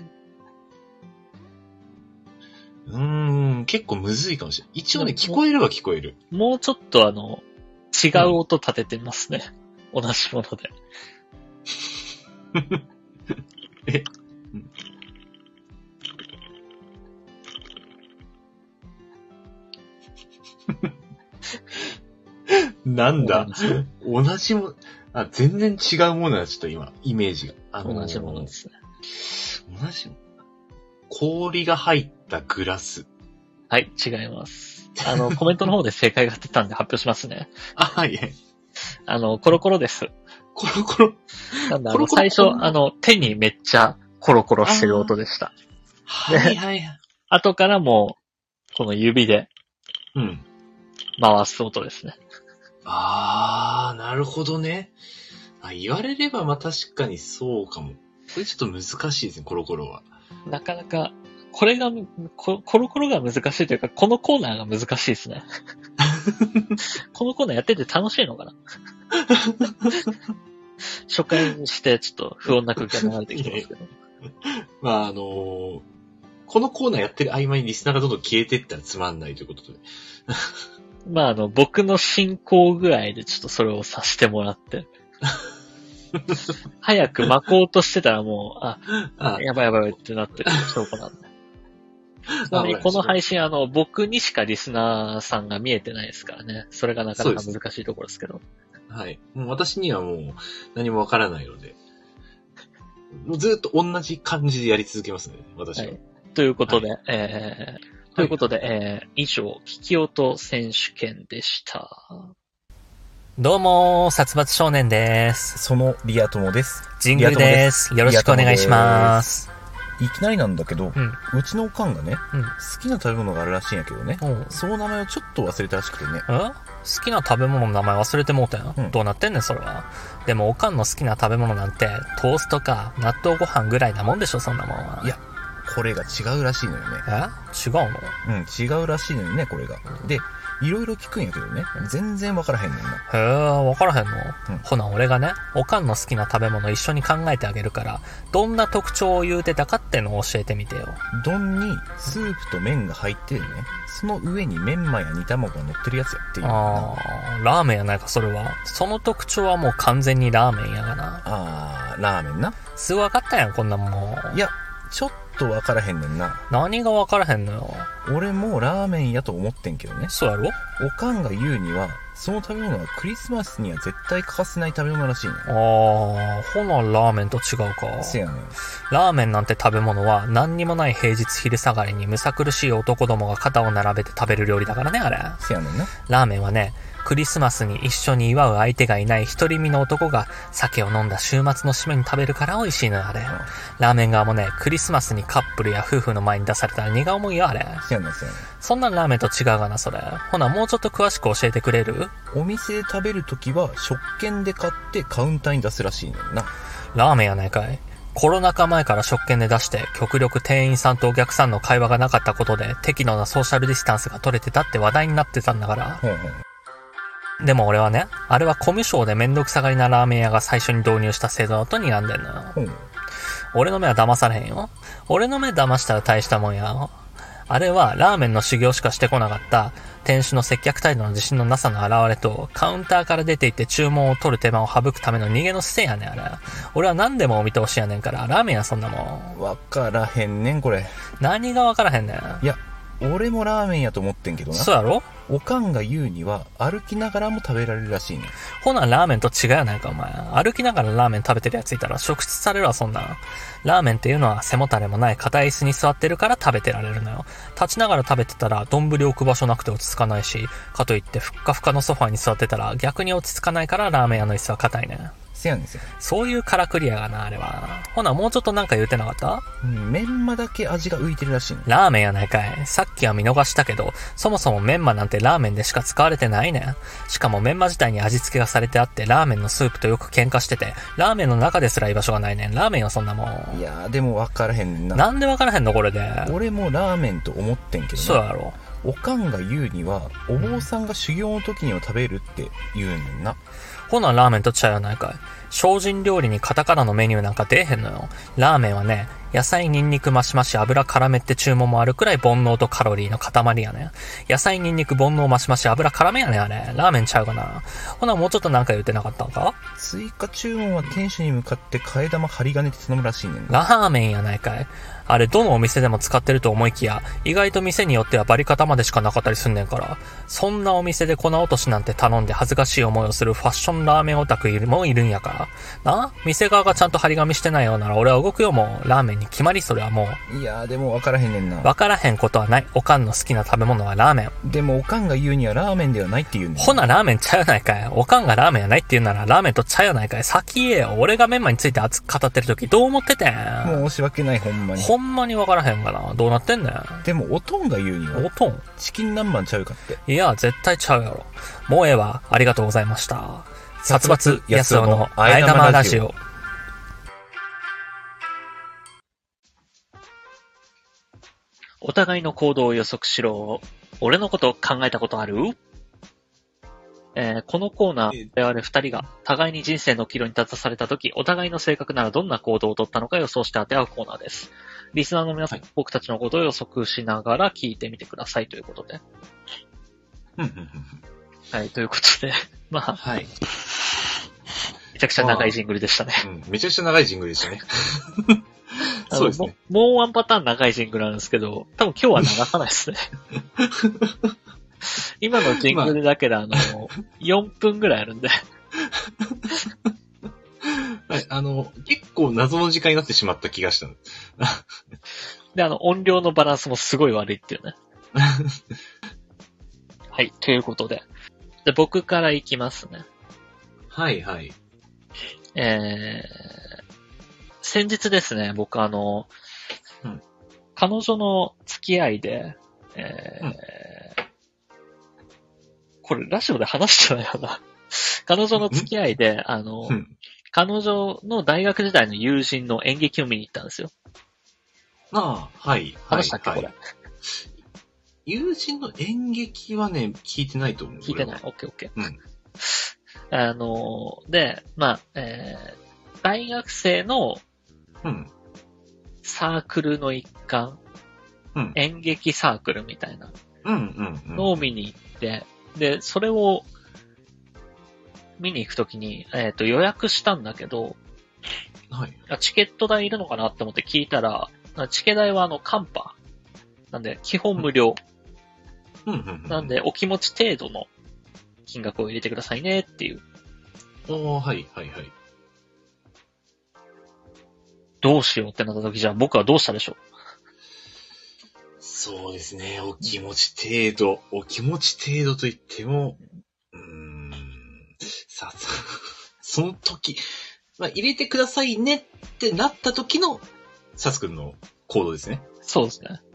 結構むずいかもしれない。一応ね、聞こえるは聞こえる。 もうちょっと違う音立ててますね。同じもので。 なんだ同じも、全然違うものだ、ちょっと今、イメージが。 同じものですね。 同じもの。氷が入ったグラス。 はい、違います。コメントの方で正解が出たんで発表しますね。 はい。 コロコロです。 コロコロ。 なんだ、最初、手にめっちゃコロコロしてる音でした。 はいはい。 後からもう、この指で、回す音ですね。 なるほどね。言われれば確かにそうかも。これちょっと難しいですね、コロコロは。 なかなか、コロコロが難しいというか、このコーナーが難しいですね。このコーナーやってて楽しいのかな。初回にしてちょっと不穏な空気が流れてきてますけど。 このコーナーやってる合間にリスナーがどんどん消えていったらつまんないということで。 僕の進行具合でちょっとそれをさせてもらって。早く巻こうとしてたらもう、やばいやばいってなってる証拠なんで。ちなみにこの配信僕にしかリスナーさんが見えてないですからね。それがなかなか難しいところですけど。 はい。もう私にはもう何もわからないので。もうずっと同じ感じでやり続けますね、私は。はい、 ということで、以上、聞き音選手権でした。どうも、殺伐少年です。 そのリア友です。 ジングルです。よろしくお願いします。 いきなりなんだけど、うちのおかんがね、好きな食べ物があるらしいんやけどね、その名前をちょっと忘れたらしくてね。 好きな食べ物の名前忘れてもうたよ。どうなってんねん、それは。でも、おかんの好きな食べ物なんて、トーストか納豆ご飯ぐらいなもんでしょ、そんなもんは。 いや、これが違うらしいのよね。 違うの？ 違うらしいのよね、これが。で、いろいろ聞くんやけどね、全然わからへんのよな。わからへんの？ほな、俺がね、おかんの好きな食べ物一緒に考えてあげるから、どんな特徴を言うてたかってのを教えてみてよ。 丼にスープと麺が入ってるね。その上にメンマや煮卵が乗ってるやつやっていう。 ラーメンやないか、それは。その特徴はもう完全にラーメンやがな。 ラーメンな。 すぐわかったやん、こんなもん。 いや、ちょっとわからへんねんな。 何がわからへんのよ。 俺もラーメンやと思ってんけどね。 そうやろ？ おかんが言うには、その食べ物はクリスマスには絶対欠かせない食べ物らしいね。 ほなラーメンと違うか。 せやねん。 ラーメンなんて食べ物は何にもない平日昼下がりにむさ苦しい男どもが肩を並べて食べる料理だからね、あれ。 せやねんな。 ラーメンはね、クリスマスに一緒に祝う相手がいない独り身の男が酒を飲んだ週末の締めに食べるから美味しいのよ、あれ。ラーメン側もね、クリスマスにカップルや夫婦の前に出されたら荷が重いよ、あれ。 せやねんせやねん。 そんなんラーメンと違うがな、それ。ほな、もうちょっと詳しく教えてくれる？ お店で食べるときは食券で買ってカウンターに出すらしいねんな。 ラーメンやないかい。コロナ禍前から食券で出して極力店員さんとお客さんの会話がなかったことで適度なソーシャルディスタンスが取れてたって話題になってたんだから。でも俺はね、あれはコミュ障でめんどくさがりなラーメン屋が最初に導入した制度だと睨んでんのよ。俺の目は騙されへんよ。俺の目騙したら大したもんや。あれはラーメンの修行しかしてこなかった店主の接客態度の自信のなさの表れと、カウンターから出て行って注文を取る手間を省くための逃げの姿勢やねん、あれ。俺は何でもお見通しやねんから、ラーメンやそんなもん。 わからへんねん、これ。 何がわからへんねん。 いや、 俺もラーメンやと思ってんけどな。 そうやろ？ おかんが言うには、歩きながらも食べられるらしいね。 ほな、ラーメンと違うやないか、お前。歩きながらラーメン食べてるやついたら、食質されるわ、そんな。ラーメンっていうのは背もたれもない硬い椅子に座ってるから食べてられるのよ。立ちながら食べてたら、丼置く場所なくて落ち着かないし、かといってふっかふかのソファに座ってたら、逆に落ち着かないからラーメン屋の椅子は硬いね。 せやんですよ。 そういうからくりやがな、あれは。ほな、もうちょっとなんか言うてなかった？ メンマだけ味が浮いてるらしいね。 ラーメンやないかい。さっきは見逃したけど、そもそもメンマなんてラーメンでしか使われてないねん。しかもメンマ自体に味付けがされてあって、ラーメンのスープとよく喧嘩してて、ラーメンの中ですら居場所がないねん。ラーメンはそんなもん。 いやー、でも分からへんねんな。 なんで分からへんのこれで。 俺もラーメンと思ってんけどな。 そうやろ。 おかんが言うには、お坊さんが修行の時には食べるって言うねんな。 ほな、ラーメンとちゃうやないかい。精進料理にカタカナのメニューなんか出えへんのよ。ラーメンはね、野菜、ニンニク、マシマシ、油絡めって注文もあるくらい煩悩とカロリーの塊やねん。野菜、ニンニク、煩悩、マシマシ、油絡めやねん、あれ。ラーメンちゃうかな。ほな、もうちょっとなんか言ってなかったんか？ 追加注文は店主に向かって替え玉針金で頼むらしいねんラな。 ーメンやないかい。あれ、どのお店でも使ってると思いきや、意外と店によってはバリカタまでしかなかったりすんねんから。そんなお店で粉落としなんて頼んで恥ずかしい思いをするファッションラーメンオタクもいるんやから。な？店側がちゃんと張り紙してないようなら俺は動くよ、もう。ラーメンに決まり、それはもう。いやー、でも分からへんねんな。 分からへんことはない。おかんの好きな食べ物はラーメン。 でもおかんが言うにはラーメンではないって言うんだ。 ほな、ラーメンちゃうやないかい。おかんがラーメンやないって言うならラーメンとちゃうやないかい。先言えよ。俺がメンマについて熱く語ってる時どう思っててん？ もう申し訳ない、ほんまに。 ほんまに分からへんかな。どうなってんねん。 でもおとんが言うには。 おとん？ チキン南蛮ちゃうかって。 いや、絶対ちゃうやろ。もうええわ。ありがとうございました。殺伐安男のあえ玉ラジオ。お互いの行動を予測しろ。俺のこと考えたことある？このコーナー、我々二人が互いに人生の岐路に立たされたとき、お互いの性格ならどんな行動を取ったのか予想して当て合うコーナーです。リスナーの皆さん、僕たちのことを予測しながら聞いてみてくださいということで。はい、ということで、まあ、はい。めちゃくちゃ長いジングルでしたね。 めちゃくちゃ長いジングルでしたね。そうですね。 もうワンパターン長いジングルなんですけど、多分今日は流さないですね。今のジングルだけで4分ぐらいあるんで。 はい、結構謎の時間になってしまった気がしたの。 で、音量のバランスもすごい悪いっていうね。はい、ということで。で、僕からいきますね。 はいはい。 先日ですね、僕彼女の付き合いで、これラジオで話してないよな。彼女の付き合いで、彼女の大学時代の友人の演劇を見に行ったんですよ。 ああ、はい。 話したっけ、これ。 友人の演劇はね、聞いてないと思う。 聞いてない。オッケーオッケー。で、まあ、大学生のサークルの一環、演劇サークルみたいなのを見に行って、で、それを見に行くときに、予約したんだけど、 はい。 チケット代いるのかなって思って聞いたら、チケ代はカンパ。なんで、基本無料。なんで、お気持ち程度の金額を入れてくださいねっていう。 はいはいはい。 どうしようってなったとき、じゃあ僕はどうしたでしょう？ そうですね、お気持ち程度と言っても、さあ、その時、まあ、入れてくださいねってなった時の、サツくんの行動ですね。 そうですね。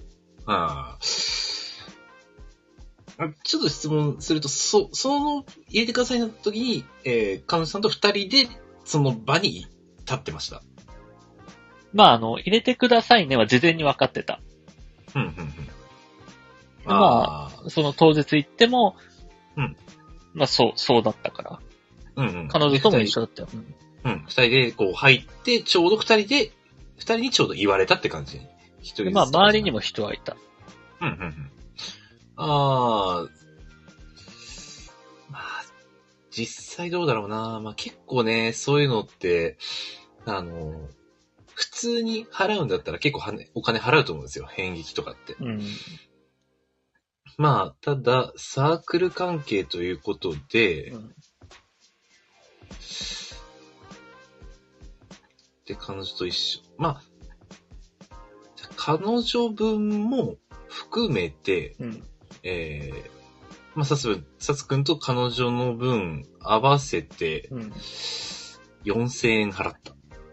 ちょっと質問すると、その、入れてくださいの時に、彼女さんと二人で、その場に立ってました。 まあ、入れてくださいねは事前に分かってた。まあ、その当日行っても、まあ、そうだったから。彼女とも一緒だったよ。 二人でこう入って、ちょうど二人にちょうど言われたって感じ。 まあ、周りにも人はいた。 まあ、実際どうだろうな。まあ結構ね、そういうのって、普通に払うんだったら結構お金払うと思うんですよ。演劇とかって。 まあ、ただ、サークル関係ということで、で、彼女と一緒。まあ、彼女分も含めて、まあ、さつくんと彼女の分合わせて、4000円払った。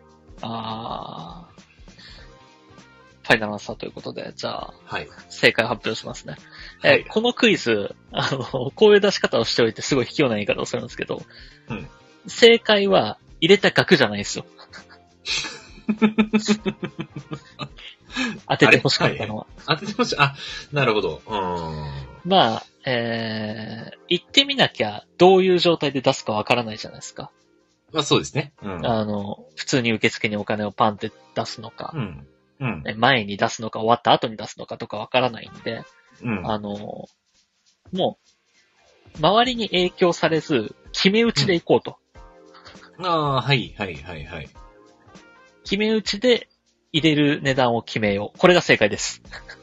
ファイナルアンサーということで、じゃあ、 はい、 正解を発表しますね。このクイズ、こういう出し方をしておいてすごい卑怯な言い方をするんですけど、正解は入れた額じゃないですよ。当ててほしかったのは。 当ててほしい。なるほど。 まあ、言ってみなきゃどういう状態で出すかわからないじゃないですか。 まあそうですね。 普通に受付にお金をパンって出すのか、前に出すのか終わった後に出すのかとかわからないんで、もう、周りに影響されず、決め打ちで行こうと。 はい。 決め打ちで入れる値段を決めよう。これが正解です。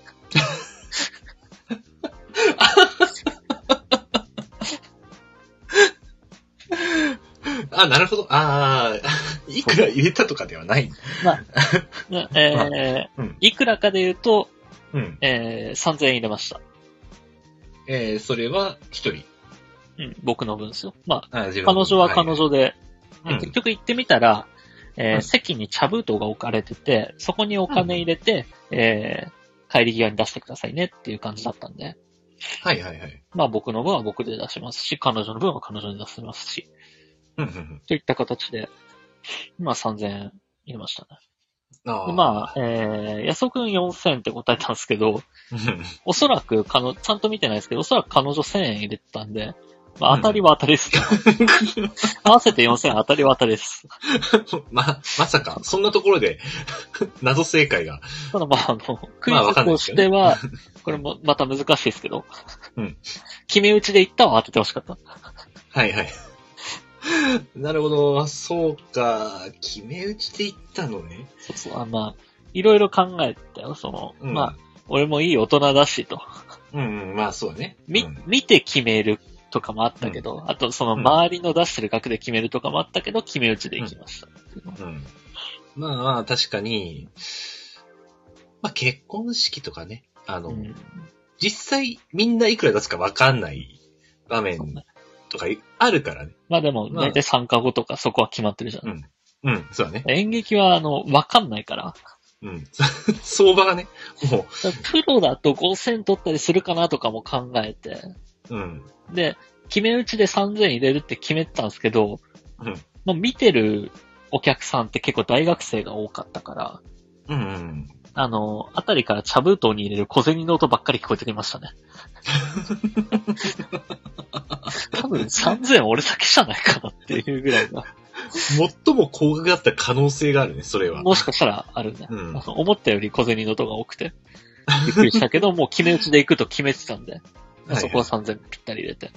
なるほど。いくら入れたとかではない。 いくらかで言うと、3000円入れました。 それは一人。 僕の分ですよ。まあ、彼女は彼女で、結局行ってみたら、席に茶封筒が置かれてて、そこにお金入れて、帰り際に出してくださいねっていう感じだったんで。 はい。 まあ僕の分は僕で出しますし、彼女の分は彼女で出しますし。といった形で、まあ3000円入れましたね。まあ、安尾くん4000って答えたんですけど、おそらくちゃんと見てないですけど、おそらく彼女1000円入れてたんで、まあ当たりは当たりです。合わせて4000円当たりは当たりです。 まさか、そんなところで、謎正解が。 ただクイズとしては、これもまた難しいですけど、決め打ちで言ったは当ててほしかった。 はい。なるほど、そうか、決め打ちで言ったのね。 そう、まあ、いろいろ考えたよ、まあ、俺もいい大人だしと。 まあそうね。 見て決めるとかもあったけど、あと周りの出してる額で決めるとかもあったけど、決め打ちで行きました。 まあ確かに、まあ結婚式とかね、実際みんないくら出すかわかんない場面とかあるからね。 まあでも、だいたい参加後とかそこは決まってるじゃん。 そうだね。 演劇はわかんないから。 相場がね、もう。 プロだと5000取ったりするかなとかも考えて。で、決め打ちで3000入れるって決めてたんですけど、見てるお客さんって結構大学生が多かったから、あたりから茶封筒に入れる小銭の音ばっかり聞こえてきましたね。多分3000俺だけじゃないかなっていうぐらいが。 最も高額だった可能性があるね、それは。 もしかしたらあるね。思ったより小銭の音が多くて。びっくりしたけど、もう決め打ちで行くと決めてたんで。そこは3000ぴったり入れて。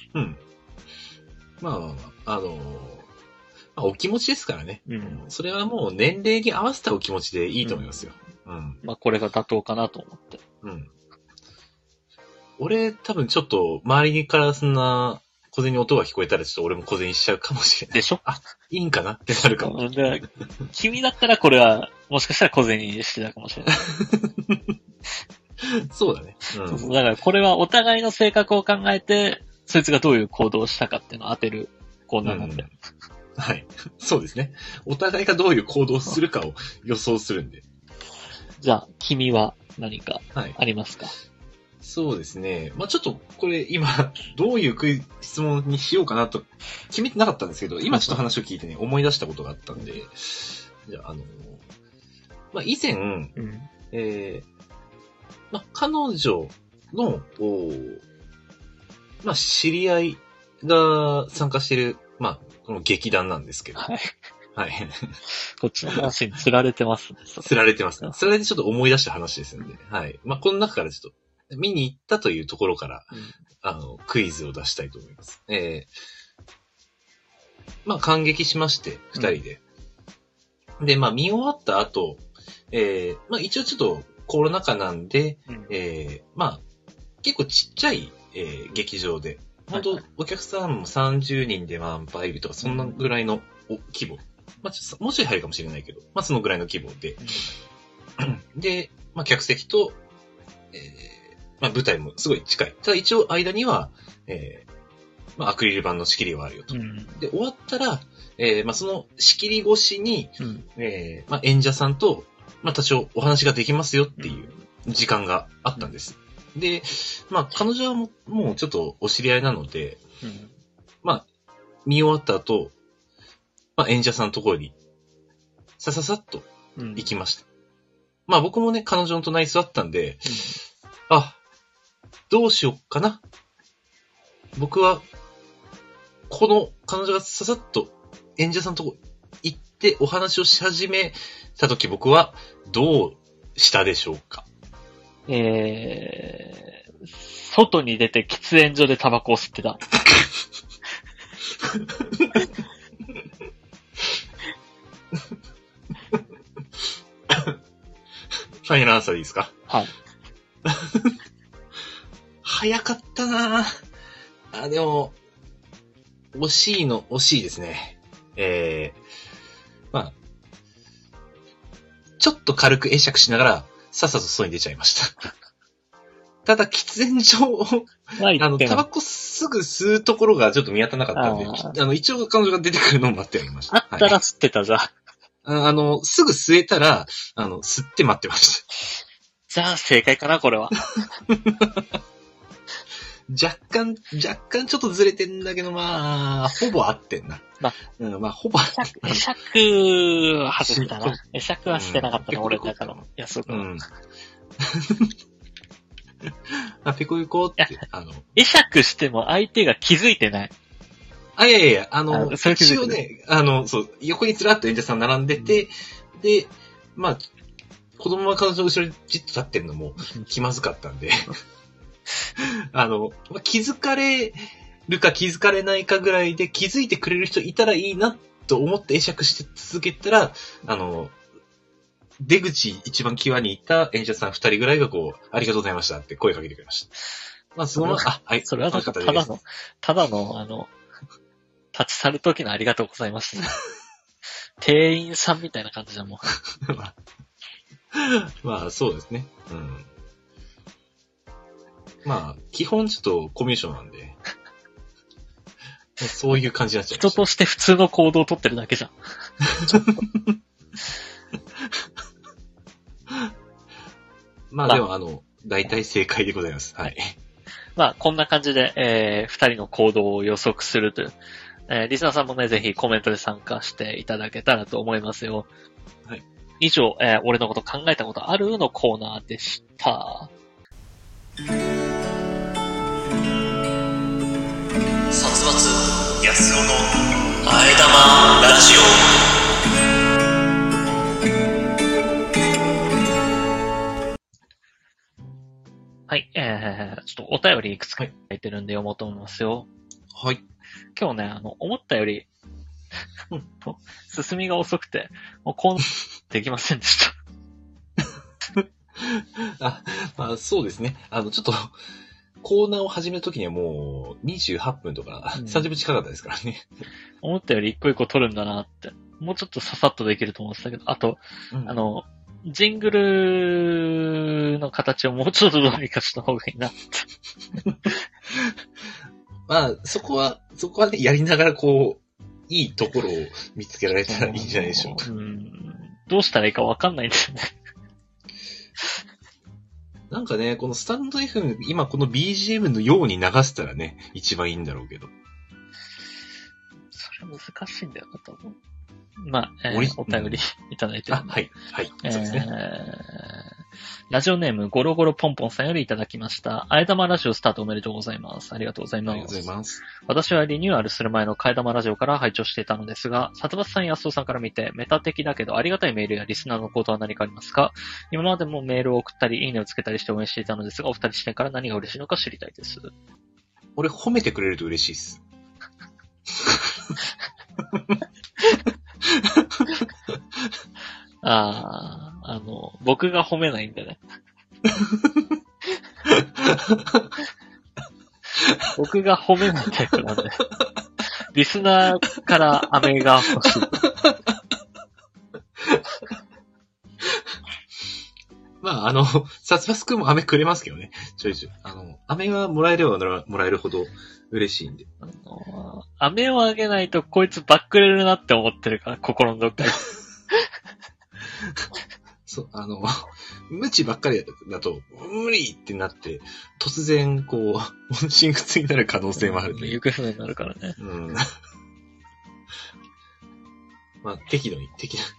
まあ、お気持ちですからね。それはもう年齢に合わせたお気持ちでいいと思いますよ。 まあこれが妥当かなと思って。 俺多分ちょっと周りからそんな小銭音が聞こえたらちょっと俺も小銭しちゃうかもしれない。 でしょ？ いいんかなってなるかも。 君だったらこれはもしかしたら小銭にしてたかもしれない。 そうだね。 だからこれはお互いの性格を考えて、そいつがどういう行動をしたかっていうのを当てるコーナーなんで。 はい。そうですね。お互いがどういう行動をするかを予想するんで。 じゃあ、君は何かありますか？ そうですね。まあちょっとこれ今、どういう質問にしようかなと決めてなかったんですけど、今ちょっと話を聞いてね、思い出したことがあったんで、じゃあまあ以前、まあ彼女の、まあ知り合いが参加している、まあこの劇団なんですけど。はい。 こっちの話に釣られてますね。 釣られてますね。それでちょっと思い出した話ですので、はい。まあこの中からちょっと、見に行ったというところから、クイズを出したいと思います。まあ、感激しまして、二人で。で、まあ、見終わった後、まあ、一応ちょっとコロナ禍なんで、まあ、 結構ちっちゃい、劇場で、本当お客さんも30人で満杯いるとか、そんなぐらいの規模。まあ、もうちょい入るかもしれないけど、まあ、そのぐらいの規模で。で、まあ、客席と、まあ、舞台もすごい近い。ただ一応間には、まあ、アクリル板の仕切りはあるよと。で、終わったら、まあ、その仕切り越しに、まあ、演者さんと、まあ、多少お話ができますよっていう時間があったんです。で、まあ、彼女はもうちょっとお知り合いなので、まあ、見終わった後、まあ、演者さんのところに、さっと行きました。まあ、僕もね、彼女の隣に座ったんで、あ、どうしよっかな。僕は、この彼女がさっと演者さんのとこ行ってお話をし始めたとき僕はどうしたでしょうか？ 外に出て喫煙所でタバコを吸ってた。 ファイナルアンサーでいいですか？ はい。 早かったなぁ。でも、惜しいですね。まあ、ちょっと軽く会釈しながら、さっさと外に出ちゃいました。ただ、喫煙所タバコすぐ吸うところがちょっと見当たらなかったんで、一応彼女が出てくるのを待ってはいました。 あったら吸ってたじゃん。 すぐ吸えたら、吸って待ってました。 じゃあ、正解かな、これは。 若干ちょっとずれてんだけど、まあ、ほぼ合ってんな。まあ、ほぼ合ってんな。 会釈外したな。会釈はしてなかったな、俺の中の。いや、そうか。 ペコペコって、 会釈しても相手が気づいてない。 いや、一応ね、そう、横にずらっと演者さん並んでて、で、まあ、子供は彼女の後ろにじっと立ってるのも気まずかったんで、気づかれるか気づかれないかぐらいで気づいてくれる人いたらいいなと思って会釈して続けたら、出口一番際にいた演者さん2人ぐらいがこう、ありがとうございましたって声かけてくれました。まあ、そのまま、はい。 それはなんかただの、立ち去る時のありがとうございます。店員さんみたいな感じだもん。 まあ、そうですね。まあ、基本ちょっとコミュ障なんで、そういう感じになっちゃう。 人として普通の行動をとってるだけじゃん。 まあでも大体正解でございます。はい。 まあこんな感じで、二人の行動を予測するという、リスナーさんもね、ぜひコメントで参加していただけたらと思いますよ。 はい。 以上、俺のこと考えたことあるのコーナーでした。殺伐安男のあえ玉ラジオ。はい、ちょっとお便りいくつか書いてるんで読もうと思いますよ。 はい。 今日ね、思ったより、進みが遅くて、もうこんできませんでした。 まあそうですね。ちょっと、コーナーを始めるときにはもう28分とか30分近かったですからね。 思ったより一個一個取るんだなって。もうちょっとささっとできると思ってたけど、あと、ジングルの形をもうちょっとどうにかした方がいいなって。まあ、そこはね、やりながらこう、いいところを見つけられたらいいんじゃないでしょうか。 どうしたらいいかわかんないんですよね。 なんかね、このスタンド FM、今この BGM のように流せたらね、一番いいんだろうけど。 それ難しいんだよなと思う。まあ、お便りいただいてるんで。 はい。そうですね。 ラジオネームゴロゴロポンポンさんよりいただきました。あえ玉ラジオスタートおめでとうございます。ありがとうございます。 ありがとうございます。 私はリニューアルする前の替え玉ラジオから拝聴していたのですが、殺伐さんや安尾さんから見て、メタ的だけどありがたいメールやリスナーのことは何かありますか？今までもメールを送ったり、いいねをつけたりして応援していたのですが、お二人視点から何が嬉しいのか知りたいです。 俺褒めてくれると嬉しいです。 僕が褒めないんだね。 僕が褒めないタイプなんで。リスナーから飴が欲しい。 まあ、殺伐くんも飴くれますけどね。ちょいちょい。飴がもらえればもらえるほど嬉しいんで。 飴をあげないとこいつバックれるなって思ってるから、心のどっかに。 そう、無知ばっかりだと、無理ってなって、突然、こう、音信不通になる可能性もあるんで。 行方不明になるからね。 うん。まあ、適度に。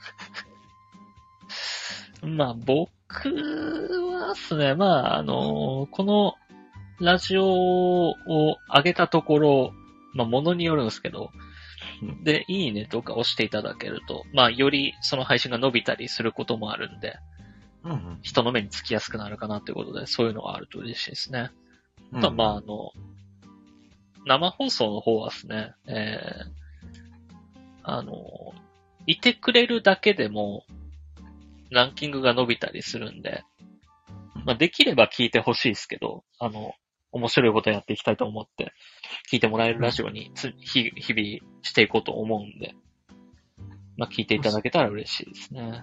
まあ、僕はですね、まあ、このラジオを上げたところ、まあ、ものによるんですけど、で、いいねとか押していただけると、まあ、よりその配信が伸びたりすることもあるんで、人の目につきやすくなるかなということで、そういうのがあると嬉しいですね。まあ、生放送の方はですね、いてくれるだけでも、ランキングが伸びたりするんで、まあ、できれば聞いてほしいですけど、面白いことやっていきたいと思って、聞いてもらえるラジオに日々していこうと思うんで、まあ、聞いていただけたら嬉しいですね。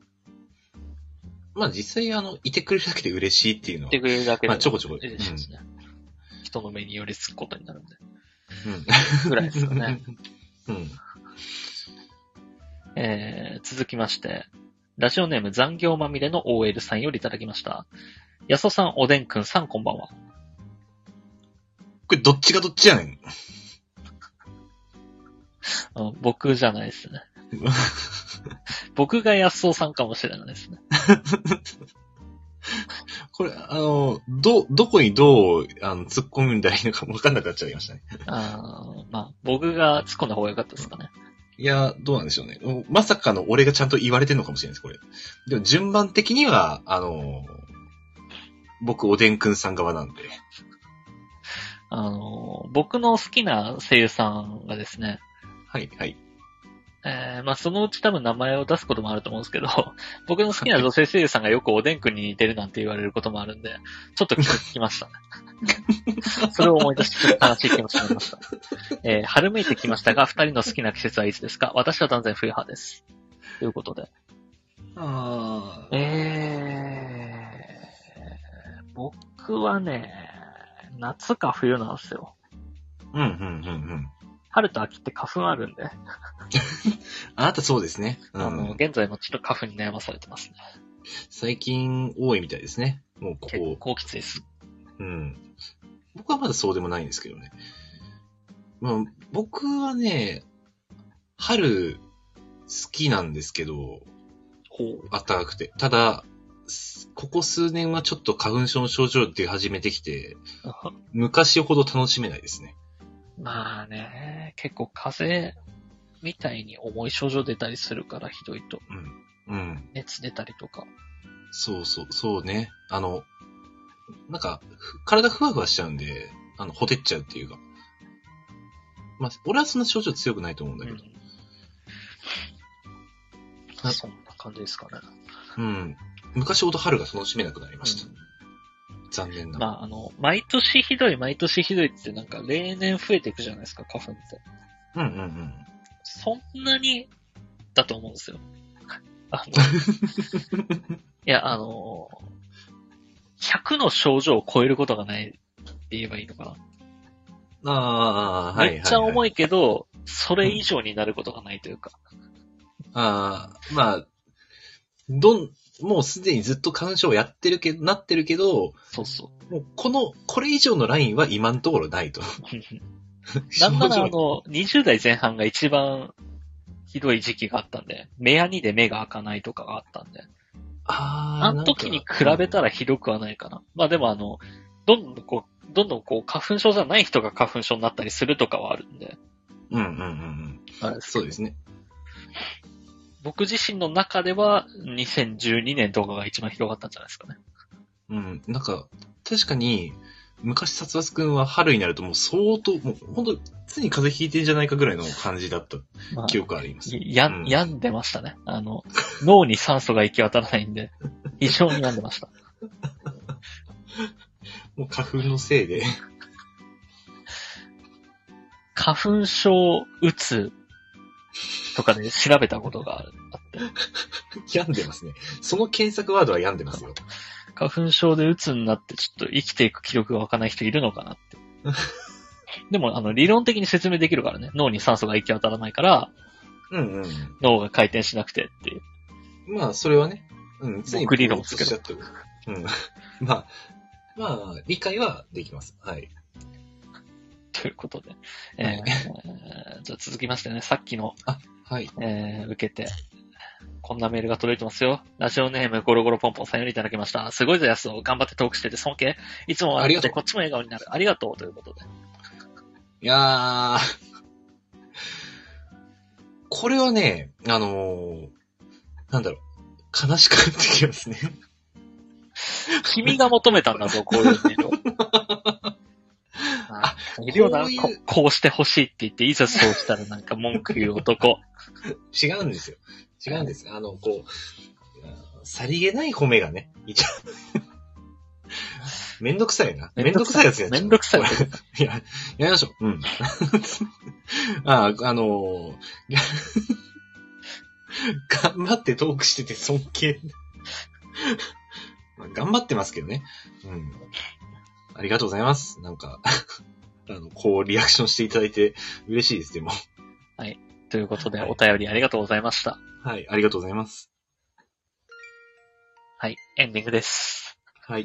まあ、実際、いてくれるだけで嬉しいっていうのは。 いてくれるだけでまあ、ちょこちょこ。 嬉しいですね。人の目によりつくことになるんで。 うん。 ぐらいですかね。 うん。 続きまして、ラジオネーム残業まみれの OL さんよりいただきました。やそさん、おでんくんさん、こんばんは。 これ、どっちがどっちやねん。僕じゃないですね。僕がやすおさんかもしれないですね。 これ、どこにどう、突っ込むんだいいのか分かんなくなっちゃいましたね。 まあ、僕が突っ込んだ方が良かったですかね。 いや、どうなんでしょうね。まさかの俺がちゃんと言われてるのかもしれないです、これ。でも順番的には、僕、おでんくんさん側なんで。 僕の好きな声優さんがですね。 はい、はい。 まあ、そのうち多分名前を出すこともあると思うんですけど、僕の好きな女性声優さんがよくおでんくんに似てるなんて言われることもあるんで、ちょっと聞きましたね。それを思い出して悲しい気持ちになりました。春めいてきましたが、二人の好きな季節はいつですか？私は断然冬派です。ということで。僕はね、夏か冬なんですよ。春と秋って花粉あるんで。 あなたそうですね。 現在もちょっと花粉に悩まされてますね。 最近多いみたいですね。もうここ。 結構きついです。 うん。僕はまだそうでもないんですけどね。まあ、僕はね、春好きなんですけど、暖かくて。ただ、ここ数年はちょっと花粉症の症状出始めてきて、昔ほど楽しめないですね。 まあね、結構風邪みたいに重い症状出たりするからひどいと。熱出たりとか。 そうね。なんか、体ふわふわしちゃうんで、ほてっちゃうっていうか。まあ、俺はそんな症状強くないと思うんだけど。 そんな感じですかね。昔ほど春が楽しめなくなりました。残念な。 まあ、毎年ひどいってなんか例年増えていくじゃないですか、花粉って。そんなに、だと思うんですよ。いや、100の症状を超えることがないって言えばいいのかな。めっちゃ重いけど、それ以上になることがないというか。 まあ、もうすでにずっと花粉症をなってるけど、もうこれ以上のラインは今のところないと。 なんなら20代前半が一番ひどい時期があったんで、目やにで目が開かないとかがあったんで。あの時に比べたらひどくはないかな。まあでもどんどん花粉症じゃない人が花粉症になったりするとかはあるんで。 そうですね。 僕自身の中では2012年とかが一番広がったんじゃないですかね。 なんか、確かに、昔殺伐くんは春になるともう相当、もう本当常に風邪ひいてんじゃないかぐらいの感じだった記憶があります。 病んでましたね。脳に酸素が行き渡らないんで、非常に病んでました。 もう花粉のせいで。 花粉症うつとかで調べたことがあって。 病んでますね。その検索ワードは病んでますよ。 花粉症でうつになってちょっと生きていく気力が湧かない人いるのかなって。でも、理論的に説明できるからね。脳に酸素が行き渡らないから、脳が回転しなくてっていう。 まあ、それはね。 常に僕理論ですけど。 まあ、理解はできます。はい。 ということで。じゃあ続きましてね、さっきの、 はい。 受けて、こんなメールが届いてますよ。ラジオネームゴロゴロポンポンさんよりいただきました。すごいぞやすを頑張ってトークしてて尊敬。いつも笑ってこっちも笑顔になる。ありがとうということで。 いやー。これはね、なんだろう。悲しくなってきますね。 君が求めたんだぞ、こういうメールを。いるよな、こうしてほしいって言って、いざそうしたらなんか文句言う男。 違うんですよ。違うんです。さりげない褒めがね、めんどくさいな。めんどくさいやつやっちゃう。 めんどくさい。 いや、やりましょう。うん。頑張ってトークしてて尊敬。頑張ってますけどね。うん。ありがとうございます。なんか、こうリアクションしていただいて嬉しいです、でも。 はい。ということで、お便りありがとうございました。 はい、ありがとうございます。 はい、エンディングです。 はい。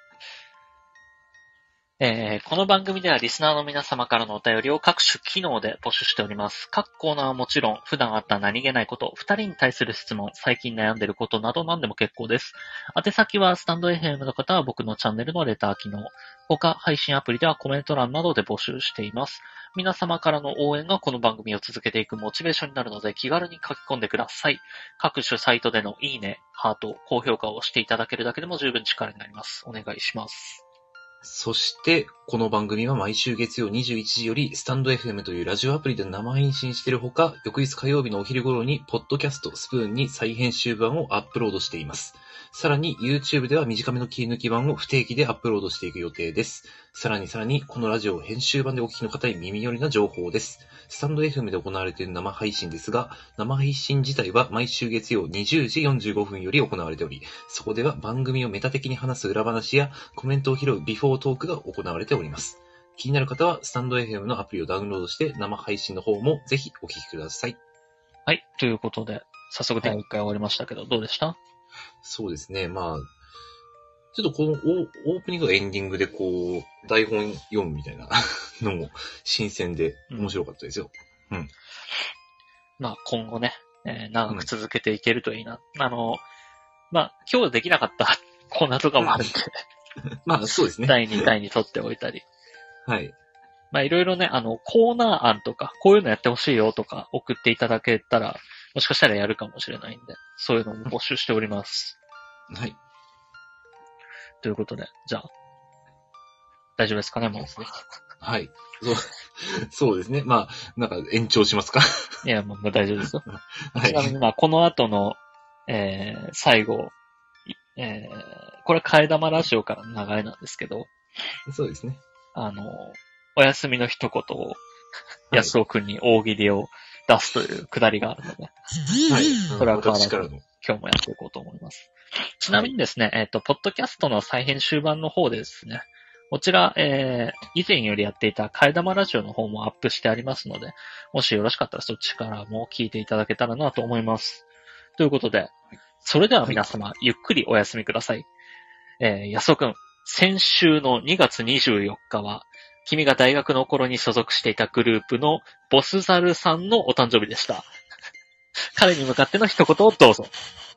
この番組ではリスナーの皆様からのお便りを各種機能で募集しております。各コーナーはもちろん、普段あった何気ないこと、二人に対する質問、最近悩んでることなど何でも結構です。宛先はスタンド FM の方は僕のチャンネルのレター機能。他、配信アプリではコメント欄などで募集しています。皆様からの応援がこの番組を続けていくモチベーションになるので気軽に書き込んでください。各種サイトでのいいね、ハート、高評価をしていただけるだけでも十分力になります。お願いします。 そして、この番組は毎週月曜21時より、スタンド FM というラジオアプリで生配信しているほか、翌日火曜日のお昼頃に、ポッドキャストスプーンに再編集版をアップロードしています。さらに、YouTube では短めの切り抜き版を不定期でアップロードしていく予定です。さらに、このラジオ編集版でお聞きの方に耳寄りな情報です。スタンド FM で行われている生配信ですが、生配信自体は毎週月曜20時45分より行われており、そこでは番組をメタ的に話す裏話やコメントを拾うビフォートークが行われております。気になる方はスタンド FM のアプリをダウンロードして生配信の方もぜひお聞きください。 はい、ということで、早速第1回終わりましたけど、どうでした？ そうですね、まあ、ちょっとこのオープニングとエンディングでこう、台本読むみたいなのも新鮮で面白かったですよ。うん。 まあ今後ね、長く続けていけるといいな。まあ今日できなかったコーナーとかもあるんで。 まあそうですね。 第2回に取っておいたり。 はい。 まあいろいろね、コーナー案とか、こういうのやってほしいよとか送っていただけたら、もしかしたらやるかもしれないんで、そういうのも募集しております。 はい。 ということで、じゃあ、大丈夫ですかね、もう。 はい。そうですね。まあ、なんか延長しますか？ いや、もう大丈夫ですよ。 はい、 ちなみに、まあ、この後の、最後、これ、替え玉ラジオからの流れなんですけど、 そうですね。 お休みの一言を、安尾くんに大喜利を出すというくだりがあるので、 はい。 それは変わらず、今日もやっていこうと思います。ちなみにですね、ポッドキャストの再編集版の方でですね、こちら、以前よりやっていた替え玉ラジオの方もアップしてありますので、もしよろしかったらそっちからも聞いていただけたらなと思います。ということで、それでは皆様、ゆっくりお休みください。安尾くん、先週の2月24日は、君が大学の頃に所属していたグループのボスザルさんのお誕生日でした。彼に向かっての一言をどうぞ。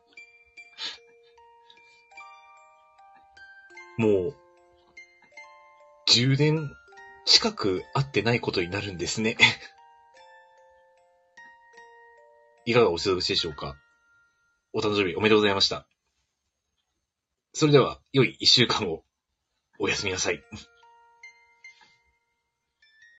もう、10年近く会ってないことになるんですね。いかがお過ごしでしょうか？お誕生日おめでとうございました。それでは、良い1週間をおやすみなさい。